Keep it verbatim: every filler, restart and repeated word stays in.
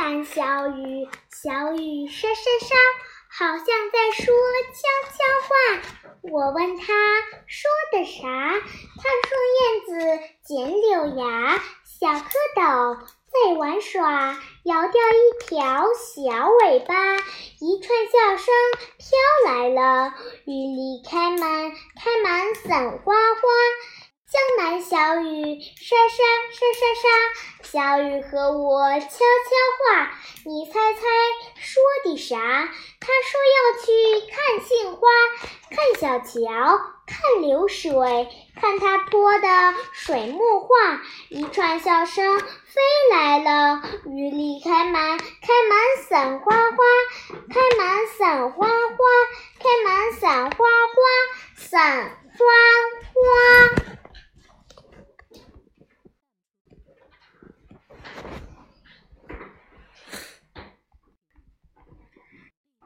看小雨，小雨沙沙沙，好像在说悄悄话。我问他说的啥，他说燕子捡柳芽，小蝌蚪在玩耍，摇掉一条小尾巴，一串笑声飘来了，雨里开满开满伞花花。江南小雨沙沙沙沙沙，小雨和我悄悄话，你猜猜说的啥？他说要去看杏花，看小桥，看流水，看它拖的水墨画，一串笑声飞来了，雨里开满开满伞花花，开满伞花花，开满伞花花，伞花花。